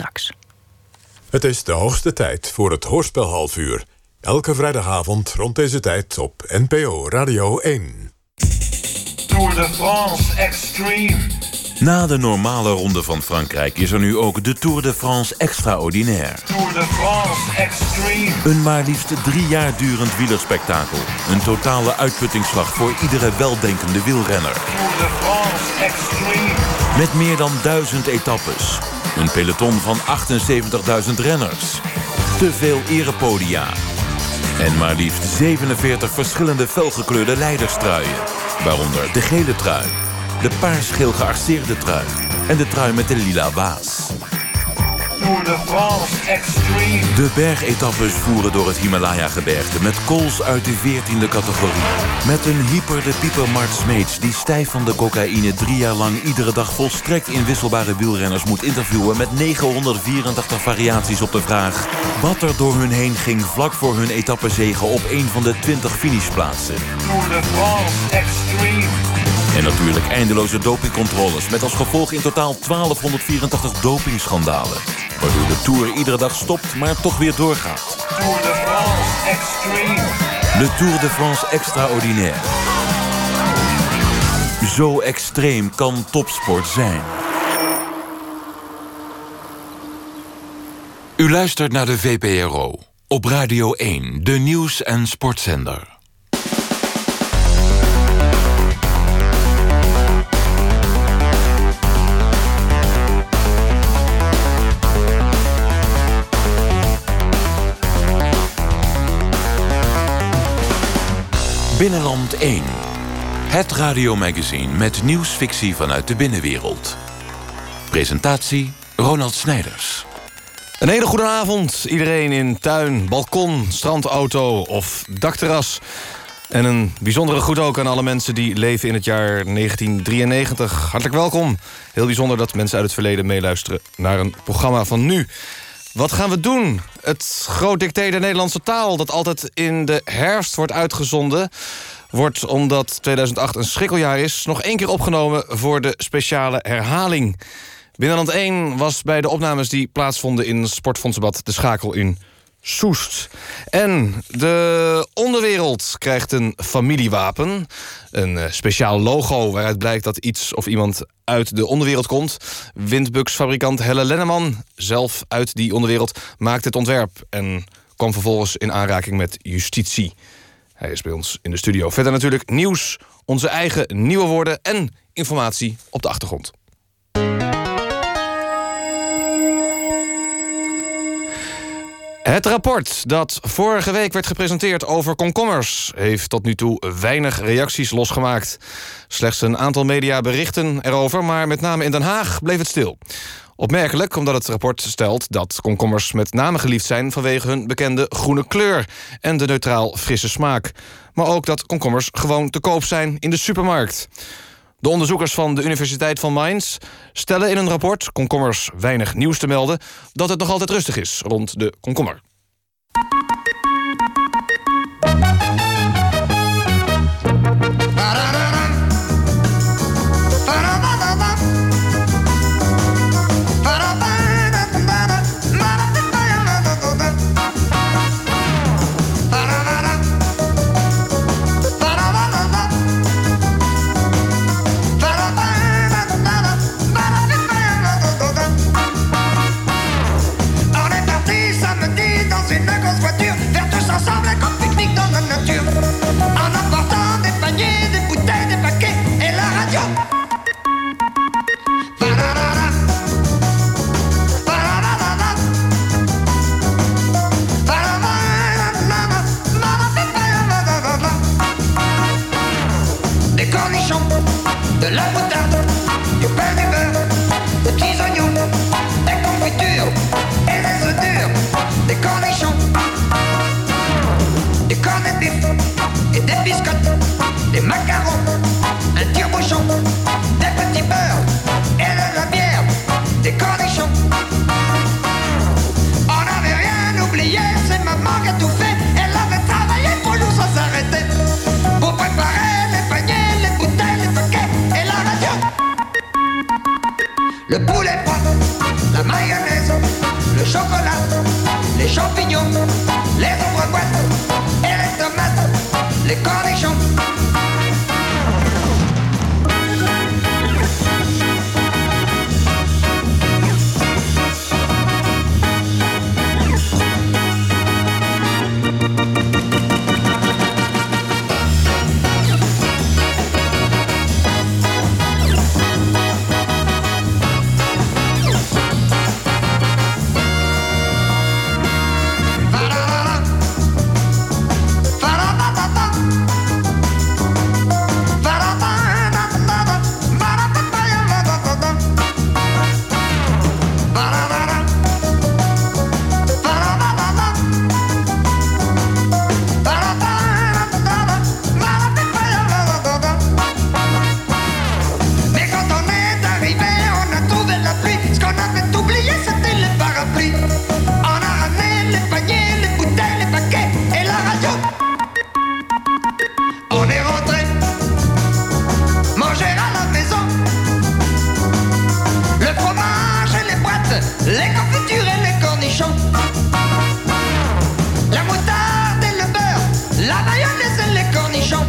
straks. Het is de hoogste tijd voor het Hoorspel halfuur. Elke vrijdagavond rond deze tijd op NPO Radio 1. Tour de France Extreme. Na de normale ronde van Frankrijk is er nu ook de Tour de France Extraordinaire. Tour de France Extreme. Een maar liefst 3 jaar durend wielerspektakel. Een totale uitputtingsslag voor iedere weldenkende wielrenner. Tour de France Extreme. Met meer dan 1000 etappes. Een peloton van 78.000 renners. Te veel erepodia. En maar liefst 47 verschillende felgekleurde leiderstruien. Waaronder de gele trui, de paars-geel gearceerde trui en de trui met de lila waas. Tour de France Extreme. De bergetappes voeren door het Himalaya-gebergte met kools uit de 14e categorie. Met een hyper de pieper Mart Smeets die stijf van de cocaïne 3 jaar lang iedere dag volstrekt inwisselbare wielrenners moet interviewen met 984 variaties op de vraag wat er door hun heen ging vlak voor hun etappezege op een van de 20 finishplaatsen. Tour de France Extreme. En natuurlijk eindeloze dopingcontroles met als gevolg in totaal 1284 dopingschandalen. Waardoor de Tour iedere dag stopt, maar toch weer doorgaat. Tour de France Extreme. De Tour de France Extraordinaire. Zo extreem kan topsport zijn. U luistert naar de VPRO. Op Radio 1, de nieuws- en sportzender. Binnenland 1. Het radiomagazine met nieuwsfictie vanuit de binnenwereld. Presentatie Ronald Snijders. Een hele goede avond, iedereen in tuin, balkon, strandauto of dakterras. En een bijzondere groet ook aan alle mensen die leven in het jaar 1993. Hartelijk welkom. Heel bijzonder dat mensen uit het verleden meeluisteren naar een programma van nu. Wat gaan we doen? Het groot dicté der Nederlandse taal, dat altijd in de herfst wordt uitgezonden, wordt, omdat 2008 een schrikkeljaar is, nog 1 keer opgenomen voor de speciale herhaling. Binnenland 1 was bij de opnames die plaatsvonden in Sportfondsenbad De Schakel in Soest. En de onderwereld krijgt een familiewapen. Een speciaal logo waaruit blijkt dat iets of iemand uit de onderwereld komt. Windbuksfabrikant Helle Lenneman, zelf uit die onderwereld, maakt het ontwerp en kwam vervolgens in aanraking met justitie. Hij is bij ons in de studio. Verder natuurlijk nieuws, onze eigen nieuwe woorden en informatie op de achtergrond. Het rapport dat vorige week werd gepresenteerd over komkommers heeft tot nu toe weinig reacties losgemaakt. Slechts een aantal media berichten erover, maar met name in Den Haag bleef het stil. Opmerkelijk, omdat het rapport stelt dat komkommers met name geliefd zijn vanwege hun bekende groene kleur en de neutraal frisse smaak. Maar ook dat komkommers gewoon te koop zijn in de supermarkt. De onderzoekers van de Universiteit van Mainz stellen in een rapport, komkommers weinig nieuws te melden, dat het nog altijd rustig is rond de komkommer. On est parti samedi maison, les ombres boîtes et les tomates, les cornichons. Les confitures et les cornichons. La moutarde et le beurre. La mayonnaise et les cornichons.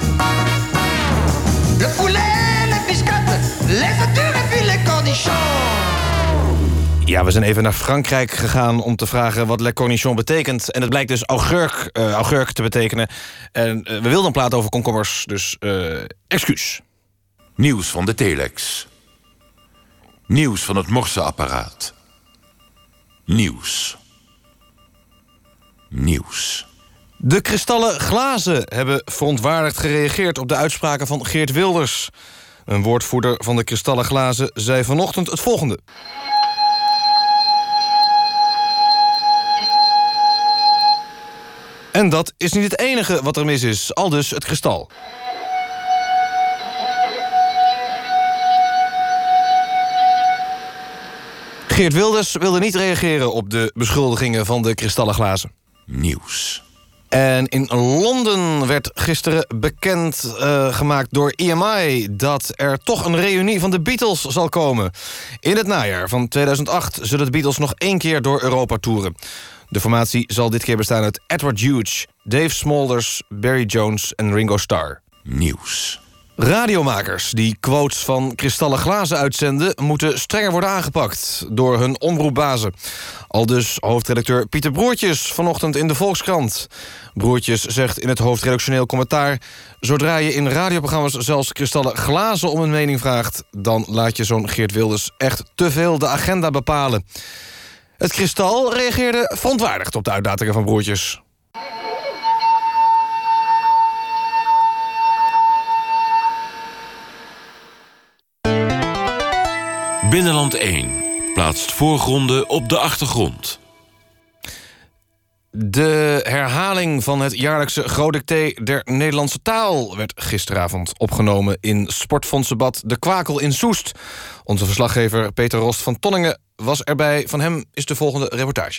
Le poulet, les biscottes. Les œufs durs et puis les cornichons. Ja, we zijn even naar Frankrijk gegaan om te vragen wat le cornichon betekent. En het blijkt dus augurk te betekenen. En we wilden praten over komkommers, dus excuus. Nieuws van de telex. Nieuws van het morseapparaat. Nieuws. De kristallen glazen hebben verontwaardigd gereageerd op de uitspraken van Geert Wilders. Een woordvoerder van de kristallen glazen zei vanochtend het volgende. En dat is niet het enige wat er mis is, aldus het kristal. Geert Wilders wilde niet reageren op de beschuldigingen van de kristallen glazen. Nieuws. En in Londen werd gisteren bekend gemaakt door EMI... dat er toch een reunie van de Beatles zal komen. In het najaar van 2008 zullen de Beatles nog 1 keer door Europa toeren. De formatie zal dit keer bestaan uit Edward Hughes, Dave Smolders, Barry Jones en Ringo Starr. Nieuws. Radiomakers die quotes van kristallen glazen uitzenden moeten strenger worden aangepakt door hun omroepbazen. Aldus hoofdredacteur Pieter Broertjes vanochtend in de Volkskrant. Broertjes zegt in het hoofdredactioneel commentaar: zodra je in radioprogramma's zelfs kristallen glazen om een mening vraagt, dan laat je zo'n Geert Wilders echt te veel de agenda bepalen. Het kristal reageerde verontwaardigd op de uitlatingen van Broertjes. Binnenland 1 plaatst voorgronden op de achtergrond. De herhaling van het jaarlijkse Grootdicté der Nederlandse taal werd gisteravond opgenomen in Sportfondsenbad De Kwakel in Soest. Onze verslaggever Peter Rost van Tonningen was erbij. Van hem is de volgende reportage.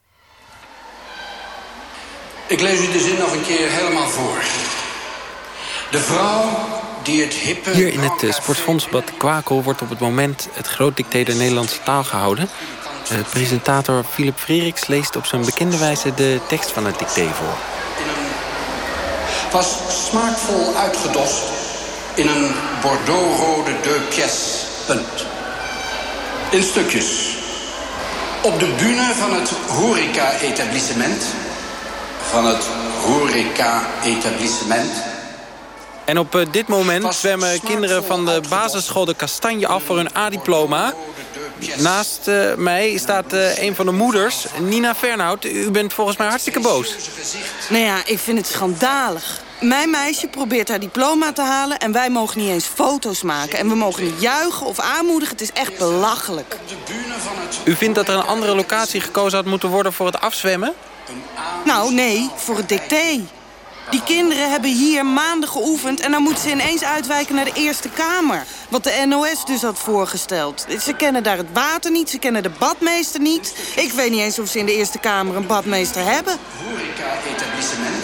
Ik lees u de zin nog een keer helemaal voor. De vrouw die het hippe... Hier in het Sportfondsbad De Kwakel wordt op het moment het Grootdicté der Nederlandse taal gehouden. Presentator Philip Freriks leest op zijn bekende wijze de tekst van het dicté voor. Was smaakvol uitgedost in een bordeauxrode deux pièces. Punt. In stukjes. Op de bühne van het horeca-etablissement. En op dit moment zwemmen kinderen van de basisschool De Kastanje af voor hun A-diploma. Naast mij staat een van de moeders, Nina Fernhout. U bent volgens mij hartstikke boos. Nou ja, ik vind het schandalig. Mijn meisje probeert haar diploma te halen en wij mogen niet eens foto's maken. En we mogen niet juichen of aanmoedigen. Het is echt belachelijk. U vindt dat er een andere locatie gekozen had moeten worden voor het afzwemmen? Nou, nee, voor het dicté. Die kinderen hebben hier maanden geoefend en dan moeten ze ineens uitwijken naar de Eerste Kamer. Wat de NOS dus had voorgesteld. Ze kennen daar het water niet, ze kennen de badmeester niet. Ik weet niet eens of ze in de Eerste Kamer een badmeester hebben. Horeca-etablissement.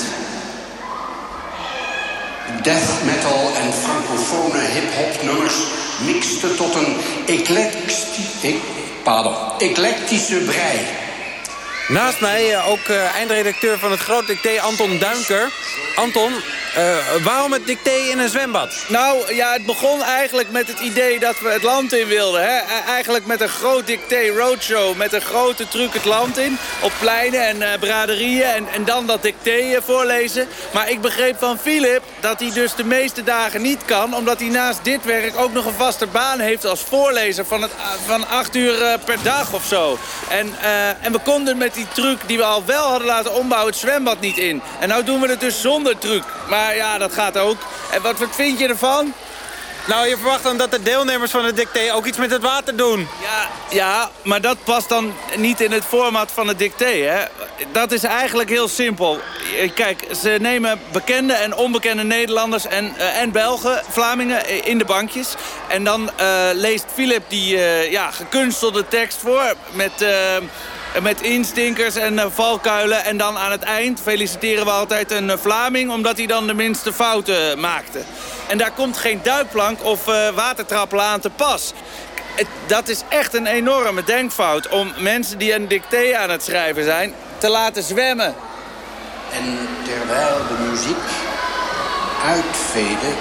Death metal en francofone hip-hop nummers mixten tot een eclectische brei. Naast mij ook eindredacteur van het Groot Dicté, Anton Duinker. Anton, waarom het dicté in een zwembad? Nou, ja, het begon eigenlijk met het idee dat we het land in wilden. Hè? Eigenlijk met een groot dicté roadshow, met een grote truc het land in. Op pleinen en braderieën en dan dat dicté voorlezen. Maar ik begreep van Philip dat hij dus de meeste dagen niet kan, omdat hij naast dit werk ook nog een vaste baan heeft als voorlezer van 8 uur per dag of zo. En we konden met die truc die we al wel hadden laten ombouwen het zwembad niet in. En nou doen we het dus zonder truc. Maar ja, dat gaat ook. En wat vind je ervan? Nou, je verwacht dan dat de deelnemers van het dicté ook iets met het water doen. Ja, maar dat past dan niet in het format van het dicté, hè? Dat is eigenlijk heel simpel. Kijk, ze nemen bekende en onbekende Nederlanders en Belgen, Vlamingen, in de bankjes. En dan leest Philip die gekunstelde tekst voor met instinkers en valkuilen. En dan aan het eind feliciteren we altijd een Vlaming, omdat hij dan de minste fouten maakte. En daar komt geen duikplank of watertrappelen aan te pas. Dat is echt een enorme denkfout om mensen die een dicté aan het schrijven zijn te laten zwemmen. En terwijl de muziek uitvede,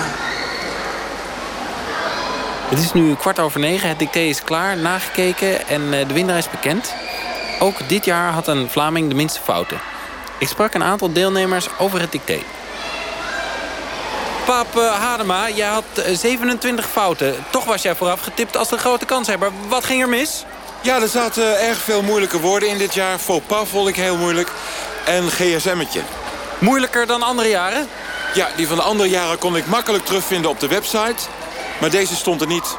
Het is nu 9:15, het dicté is klaar, nagekeken en de winnaar is bekend. Ook dit jaar had een Vlaming de minste fouten. Ik sprak een aantal deelnemers over het dicté. Paap Hadema, jij had 27 fouten. Toch was jij vooraf getipt als de grote kanshebber. Wat ging er mis? Ja, er zaten erg veel moeilijke woorden in dit jaar. Faux pas vond ik heel moeilijk. En gsm'tje. Moeilijker dan andere jaren? Ja, die van de andere jaren kon ik makkelijk terugvinden op de website. Maar deze stond er niet.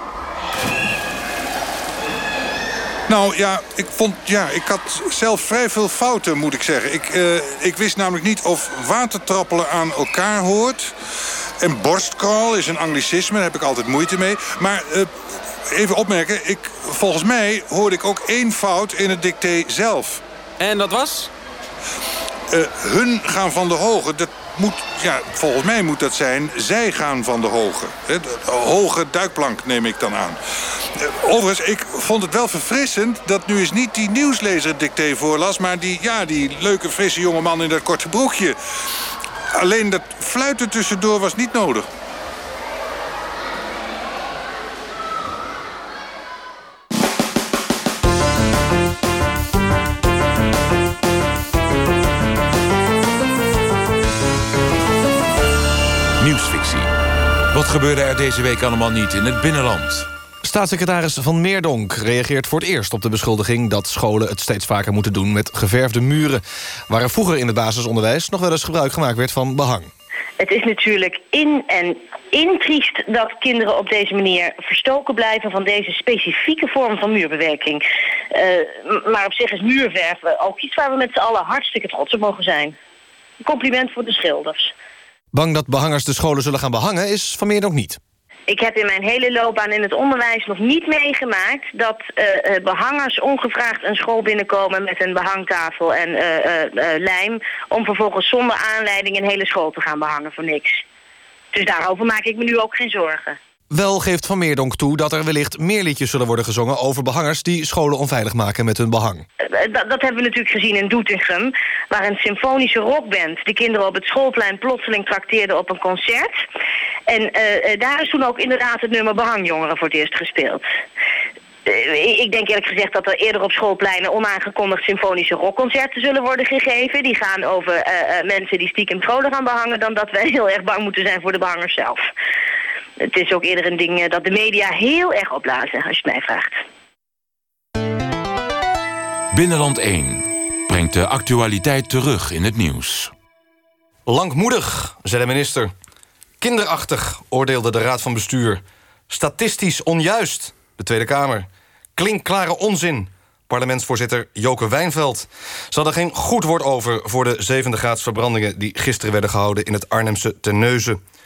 Nou ja, ik had zelf vrij veel fouten, moet ik zeggen. Ik wist namelijk niet of watertrappelen aan elkaar hoort. En borstcrawl is een anglicisme, daar heb ik altijd moeite mee. Maar even opmerken, volgens mij hoorde ik ook 1 fout in het dicté zelf. En dat was? Hun gaan van de hoge. Volgens mij moet dat zijn, zij gaan van de hoge. De hoge duikplank neem ik dan aan. Overigens, ik vond het wel verfrissend dat nu eens niet die nieuwslezer het dicté voorlas, maar die leuke, frisse jongeman in dat korte broekje. Alleen dat fluiten tussendoor was niet nodig. Nieuwsfictie. Wat gebeurde er deze week allemaal niet in het binnenland? Staatssecretaris Van Meerdonk reageert voor het eerst op de beschuldiging dat scholen het steeds vaker moeten doen met geverfde muren, waar er vroeger in het basisonderwijs nog wel eens gebruik gemaakt werd van behang. Het is natuurlijk triest dat kinderen op deze manier verstoken blijven van deze specifieke vorm van muurbewerking. Maar op zich is muurverf ook iets waar we met z'n allen hartstikke trots op mogen zijn. Compliment voor de schilders. Bang dat behangers de scholen zullen gaan behangen is Van Meerdonk niet. Ik heb in mijn hele loopbaan in het onderwijs nog niet meegemaakt dat behangers ongevraagd een school binnenkomen met een behangtafel en lijm, om vervolgens zonder aanleiding een hele school te gaan behangen voor niks. Dus daarover maak ik me nu ook geen zorgen. Wel geeft Van Meerdonk toe dat er wellicht meer liedjes zullen worden gezongen over behangers die scholen onveilig maken met hun behang. Dat hebben we natuurlijk gezien in Doetinchem, waar een symfonische rockband de kinderen op het schoolplein plotseling trakteerde op een concert. En daar is toen ook inderdaad het nummer Behangjongeren voor het eerst gespeeld. Ik denk eerlijk gezegd dat er eerder op schoolpleinen onaangekondigd symfonische rockconcerten zullen worden gegeven. Die gaan over mensen die stiekem scholen gaan behangen, dan dat wij heel erg bang moeten zijn voor de behangers zelf. Het is ook eerder een ding dat de media heel erg opblazen, als je het mij vraagt. Binnenland 1 brengt de actualiteit terug in het nieuws. Langmoedig, zei de minister. Kinderachtig, oordeelde de Raad van Bestuur. Statistisch onjuist, de Tweede Kamer. Klinkklare onzin, parlementsvoorzitter Joke Wijnveld. Ze hadden geen goed woord over voor de 7e graads verbrandingen die gisteren werden gehouden in het Arnhemse Terneuzen.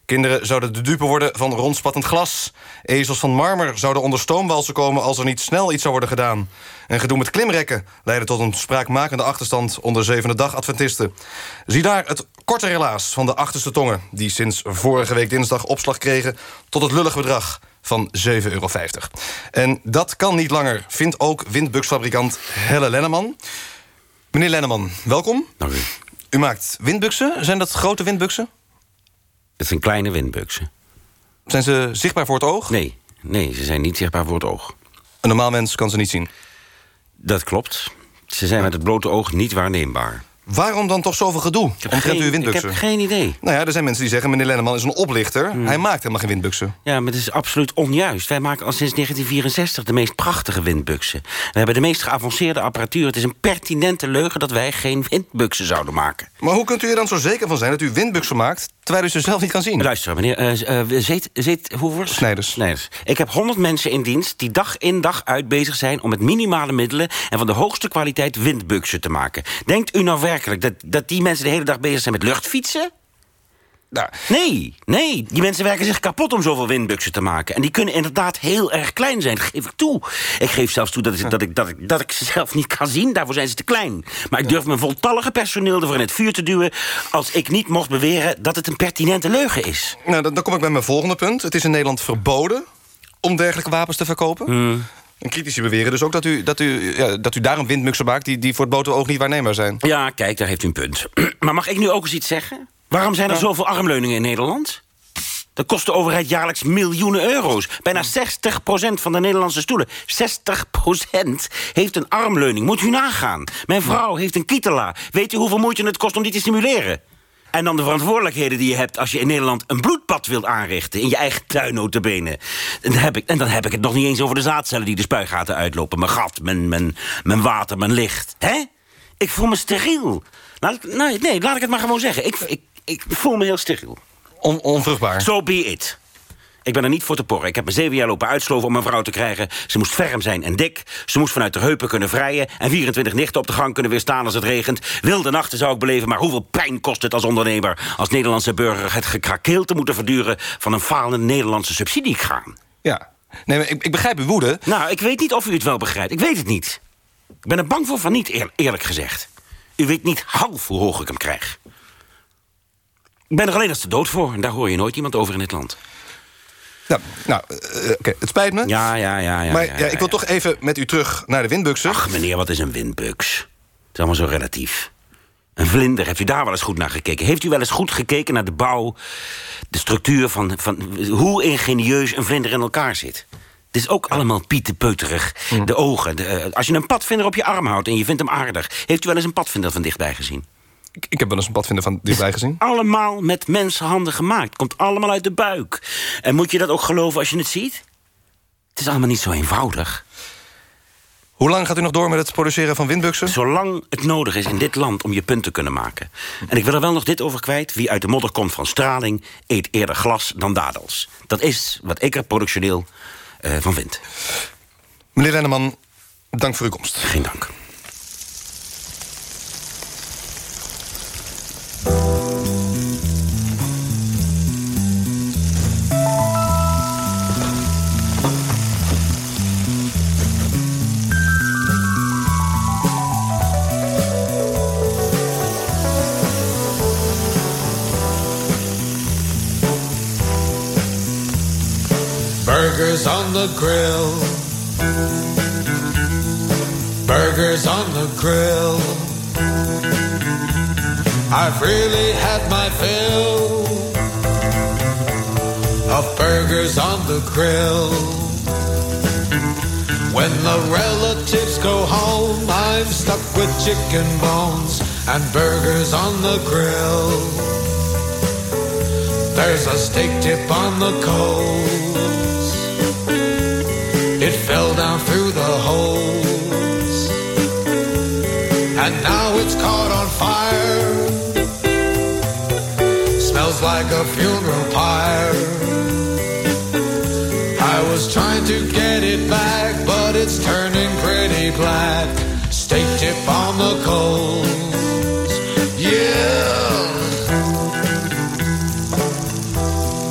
Kinderen zouden de dupe worden van rondspattend glas. Ezels van marmer zouden onder stoomwalsen komen als er niet snel iets zou worden gedaan. En gedoe met klimrekken leidde tot een spraakmakende achterstand onder zevende dag Adventisten. Zie daar het korte relaas van de achterste tongen, die sinds vorige week dinsdag opslag kregen tot het lullig bedrag van €7,50. En dat kan niet langer, vindt ook windbuksfabrikant Helle Lenneman. Meneer Lenneman, welkom. Dank u. U maakt windbuksen. Zijn dat grote windbuksen? Het zijn kleine windbuksen. Zijn ze zichtbaar voor het oog? Nee, ze zijn niet zichtbaar voor het oog. Een normaal mens kan ze niet zien? Dat klopt. Ze zijn met het blote oog niet waarneembaar. Waarom dan toch zoveel gedoe omtrent uw windbuksen? Ik heb geen idee. Nou ja, er zijn mensen die zeggen, meneer Lenneman is een oplichter. Hij maakt helemaal geen windbuksen. Ja, maar dat is absoluut onjuist. Wij maken al sinds 1964 de meest prachtige windbuksen. We hebben de meest geavanceerde apparatuur. Het is een pertinente leugen dat wij geen windbuksen zouden maken. Maar hoe kunt u er dan zo zeker van zijn dat u windbuksen maakt, terwijl u ze zelf niet kan zien? Luister, meneer Zeethoevers? Snijders. Ik heb 100 mensen in dienst die dag in dag uit bezig zijn om met minimale middelen en van de hoogste kwaliteit windbuksen te maken. Denkt u nou werkelijk dat die mensen de hele dag bezig zijn met luchtfietsen? Nou. Nee, die mensen werken zich kapot om zoveel windbuksen te maken. En die kunnen inderdaad heel erg klein zijn, dat geef ik toe. Ik geef zelfs toe dat ik ze zelf niet kan zien, daarvoor zijn ze te klein. Maar ik durf mijn voltallige personeel ervoor in het vuur te duwen als ik niet mocht beweren dat het een pertinente leugen is. Nou, dan kom ik bij mijn volgende punt. Het is in Nederland verboden om dergelijke wapens te verkopen. En critici beweren dus ook dat u daarom windbuksen maakt die voor het blote oog niet waarneembaar zijn. Ja, kijk, daar heeft u een punt. Maar mag ik nu ook eens iets zeggen? Waarom zijn er zoveel armleuningen in Nederland? Dat kost de overheid jaarlijks miljoenen euro's. Bijna 60% van de Nederlandse stoelen. 60% heeft een armleuning. Moet u nagaan. Mijn vrouw heeft een Kitela. Weet u hoeveel moeite het kost om die te stimuleren? En dan de verantwoordelijkheden die je hebt als je in Nederland een bloedbad wilt aanrichten. In je eigen tuin notabene. En dan heb ik het nog niet eens over de zaadcellen die de spuigaten uitlopen. Mijn gat, mijn water, mijn licht. Hè? Ik voel me steriel. Nee, laat ik het maar gewoon zeggen. Ik voel me heel steriel. Onvruchtbaar. So be it. Ik ben er niet voor te porren. Ik heb me 7 jaar lopen uitsloven om een vrouw te krijgen. Ze moest ferm zijn en dik. Ze moest vanuit de heupen kunnen vrijen. En 24 nichten op de gang kunnen weerstaan als het regent. Wilde nachten zou ik beleven, maar hoeveel pijn kost het als ondernemer, als Nederlandse burger, het gekrakeel te moeten verduren van een falende Nederlandse subsidiekraan? Ja. Nee, maar ik begrijp uw woede. Nou, ik weet niet of u het wel begrijpt. Ik weet het niet. Ik ben er bang voor van niet, eerlijk gezegd. U weet niet half hoe hoog ik hem krijg. Ik ben er alleen als de dood voor. En daar hoor je nooit iemand over in dit land. Oké, het spijt me. Ja. Maar ik wil toch even met u terug naar de windbuksen. Ach, meneer, wat is een windbuks? Het is allemaal zo relatief. Een vlinder, heeft u daar wel eens goed naar gekeken? Heeft u wel eens goed gekeken naar de bouw, de structuur van hoe ingenieus een vlinder in elkaar zit? Het is ook allemaal pietenpeuterig. De ogen. Als je een padvinder op je arm houdt en je vindt hem aardig, heeft u wel eens een padvinder van dichtbij gezien? Ik heb wel eens een padvinder van dichtbij gezien. Allemaal met mensenhanden gemaakt. Komt allemaal uit de buik. En moet je dat ook geloven als je het ziet? Het is allemaal niet zo eenvoudig. Hoe lang gaat u nog door met het produceren van windbuksen? Zolang het nodig is in dit land om je punt te kunnen maken. En ik wil er wel nog dit over kwijt. Wie uit de modder komt van straling, eet eerder glas dan dadels. Dat is wat ik er productioneel van vind. Meneer Lenneman, dank voor uw komst. Geen dank. Burgers on the grill. Burgers on the grill. I've really had my fill of burgers on the grill. When the relatives go home, I'm stuck with chicken bones and burgers on the grill. There's a steak tip on the coals. It fell down through the holes, and now it's caught on fire. Smells like a funeral pyre. I was trying to get it back, but it's turning pretty black. Steak tip on the coals, yeah.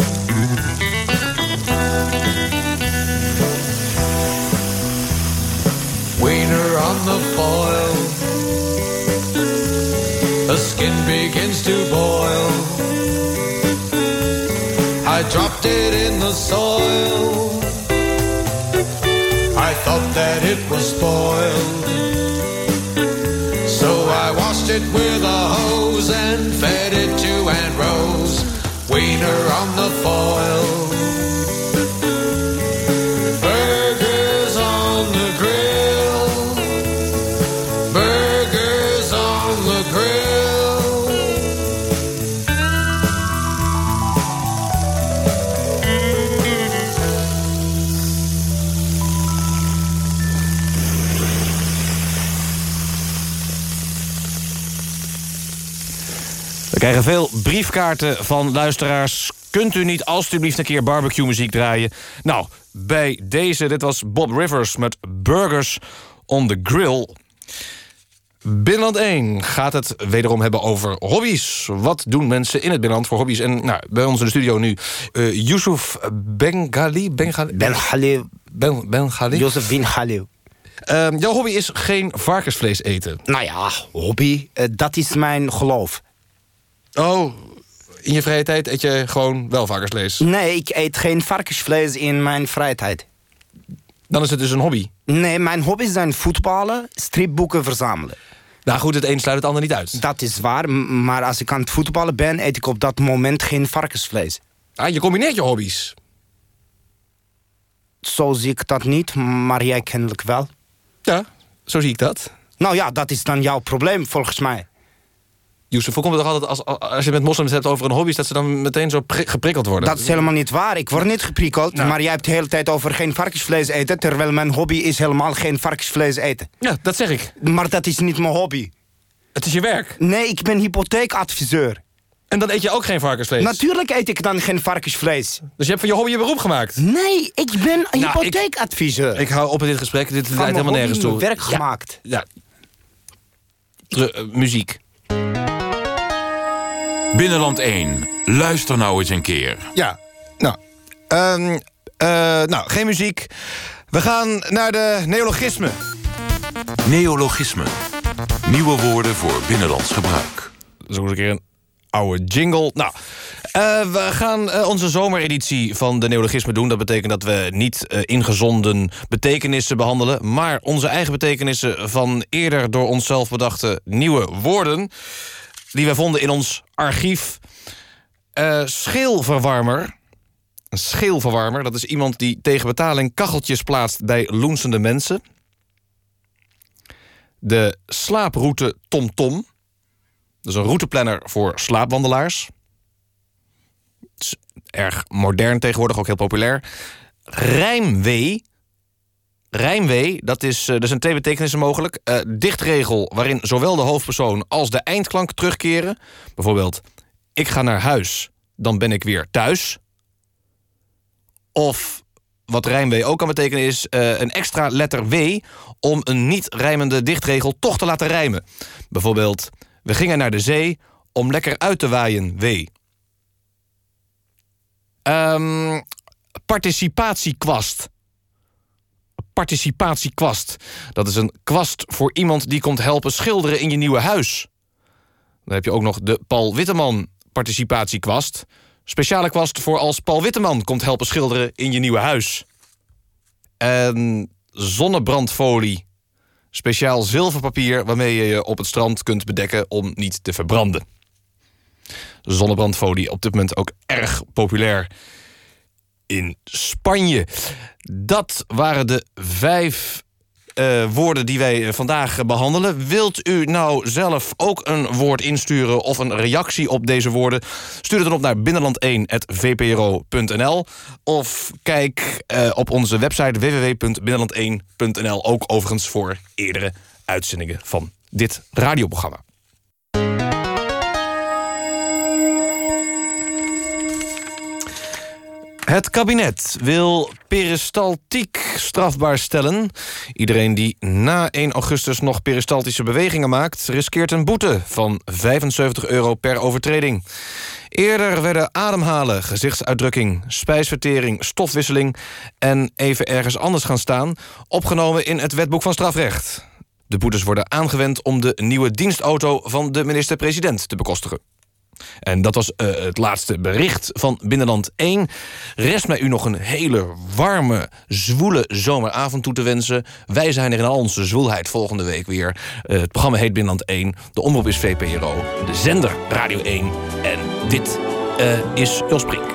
begins to boil. I dropped it in the soil. I thought that it was spoiled. So I washed it with a hose and fed it to Aunt Rose. Wiener on the foil. Burgers on the grill. Burgers on the grill. We krijgen veel briefkaarten van luisteraars. Kunt u niet alstublieft een keer barbecue muziek draaien? Nou, bij deze, dit was Bob Rivers met Burgers on the Grill. Binnenland 1 gaat het wederom hebben over hobby's. Wat doen mensen in het binnenland voor hobby's? En nou, bij ons in de studio nu Yusuf Bengali. Yusuf bin Khalil. Jouw hobby is geen varkensvlees eten. Nou ja, hobby, dat is mijn geloof. Oh, in je vrije tijd eet je gewoon wel varkensvlees? Nee, ik eet geen varkensvlees in mijn vrije tijd. Dan is het dus een hobby? Nee, mijn hobby's zijn voetballen, stripboeken verzamelen. Nou goed, het een sluit het ander niet uit. Dat is waar, maar als ik aan het voetballen ben, eet ik op dat moment geen varkensvlees. Ah, je combineert je hobby's? Zo zie ik dat niet, maar jij kennelijk wel. Ja, zo zie ik dat. Nou ja, dat is dan jouw probleem, volgens mij. Yusuf, voorkomt het toch altijd als je met moslims hebt over een hobby, dat ze dan meteen zo geprikkeld worden? Dat is helemaal niet waar. Ik word niet geprikkeld, Nou. maar jij hebt de hele tijd over geen varkensvlees eten, terwijl mijn hobby is helemaal geen varkensvlees eten. Ja, dat zeg ik. Maar dat is niet mijn hobby. Het is je werk. Nee, ik ben hypotheekadviseur. En dan eet je ook geen varkensvlees? Natuurlijk eet ik dan geen varkensvlees. Dus je hebt van je hobby je beroep gemaakt? Nee, ik ben een hypotheekadviseur. Ik hou op met dit gesprek, dit leidt helemaal nergens toe. Werk gemaakt. Ja. Muziek. Binnenland 1, luister nou eens een keer. Ja, nou, geen muziek. We gaan naar de neologismen. Neologismen. Nieuwe woorden voor binnenlands gebruik. Zo eens een keer een oude jingle. Nou, we gaan onze zomereditie van de neologismen doen. Dat betekent dat we niet ingezonden betekenissen behandelen, maar onze eigen betekenissen van eerder door onszelf bedachte nieuwe woorden die wij vonden in ons archief. Scheelverwarmer. Een scheelverwarmer, dat is iemand die tegen betaling kacheltjes plaatst bij loensende mensen. De slaaproute TomTom. Dat is een routeplanner voor slaapwandelaars. Het is erg modern tegenwoordig, ook heel populair. Rijmwee. Rijmwee, er zijn twee betekenissen mogelijk. Dichtregel waarin zowel de hoofdpersoon als de eindklank terugkeren. Bijvoorbeeld, ik ga naar huis, dan ben ik weer thuis. Of, wat rijmwee ook kan betekenen, is een extra letter W om een niet rijmende dichtregel toch te laten rijmen. Bijvoorbeeld, we gingen naar de zee om lekker uit te waaien, W. Participatiekwast. Participatiekwast. Dat is een kwast voor iemand die komt helpen schilderen in je nieuwe huis. Dan heb je ook nog de Paul Witteman participatiekwast. Speciale kwast voor als Paul Witteman komt helpen schilderen in je nieuwe huis. En zonnebrandfolie. Speciaal zilverpapier waarmee je je op het strand kunt bedekken om niet te verbranden. Zonnebrandfolie op dit moment ook erg populair in Spanje. Dat waren de 5 woorden die wij vandaag behandelen. Wilt u nou zelf ook een woord insturen of een reactie op deze woorden? Stuur het dan op naar binnenland1@vpro.nl of kijk op onze website www.binnenland1.nl. Ook overigens voor eerdere uitzendingen van dit radioprogramma. Het kabinet wil peristaltiek strafbaar stellen. Iedereen die na 1 augustus nog peristaltische bewegingen maakt, riskeert een boete van €75 per overtreding. Eerder werden ademhalen, gezichtsuitdrukking, spijsvertering, stofwisseling en even ergens anders gaan staan opgenomen in het Wetboek van Strafrecht. De boetes worden aangewend om de nieuwe dienstauto van de minister-president te bekostigen. En dat was het laatste bericht van Binnenland 1. Rest mij u nog een hele warme, zwoele zomeravond toe te wensen. Wij zijn er in al onze zwoelheid volgende week weer. Het programma heet Binnenland 1. De omroep is VPRO. De zender Radio 1. En dit is Jos Brink.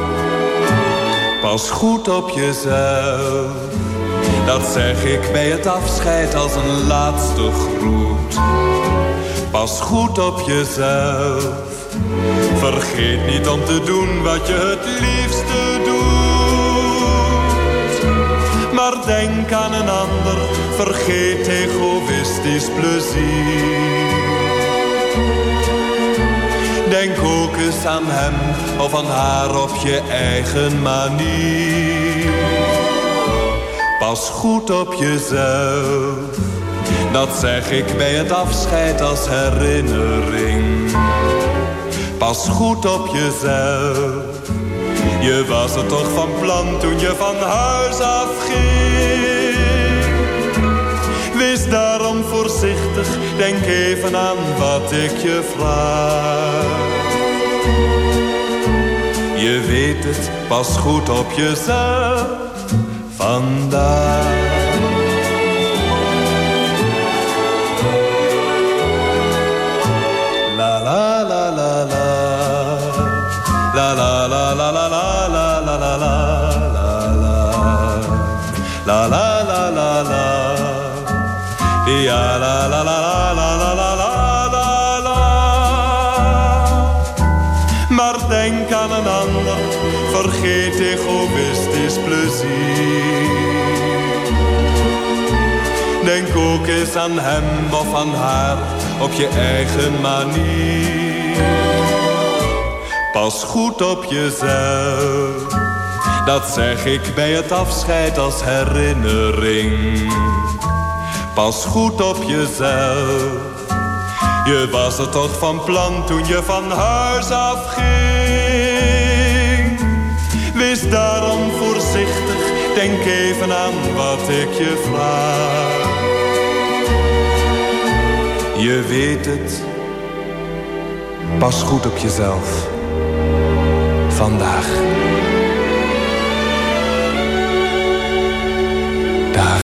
Pas goed op jezelf. Dat zeg ik bij het afscheid als een laatste groet. Pas goed op jezelf. Vergeet niet om te doen wat je het liefste doet. Maar denk aan een ander, vergeet egoïstisch plezier. Denk ook eens aan hem of aan haar op je eigen manier. Pas goed op jezelf. Dat zeg ik bij het afscheid als herinnering. Pas goed op jezelf. Je was er toch van plan toen je van huis afging. Wees daarom voorzichtig, denk even aan wat ik je vraag. Je weet het, pas goed op jezelf vandaag. La la la la la. La la la la la la la la la la la la la la la. Ja la la la la la la la la. Maar denk aan een ander, vergeet egoïstisch plezier. Denk ook eens aan hem of aan haar op je eigen manier. Pas goed op jezelf. Dat zeg ik bij het afscheid als herinnering. Pas goed op jezelf. Je was er toch van plan toen je van huis afging. Wees daarom voorzichtig, denk even aan wat ik je vraag. Je weet het, pas goed op jezelf. Vandaag. Dag.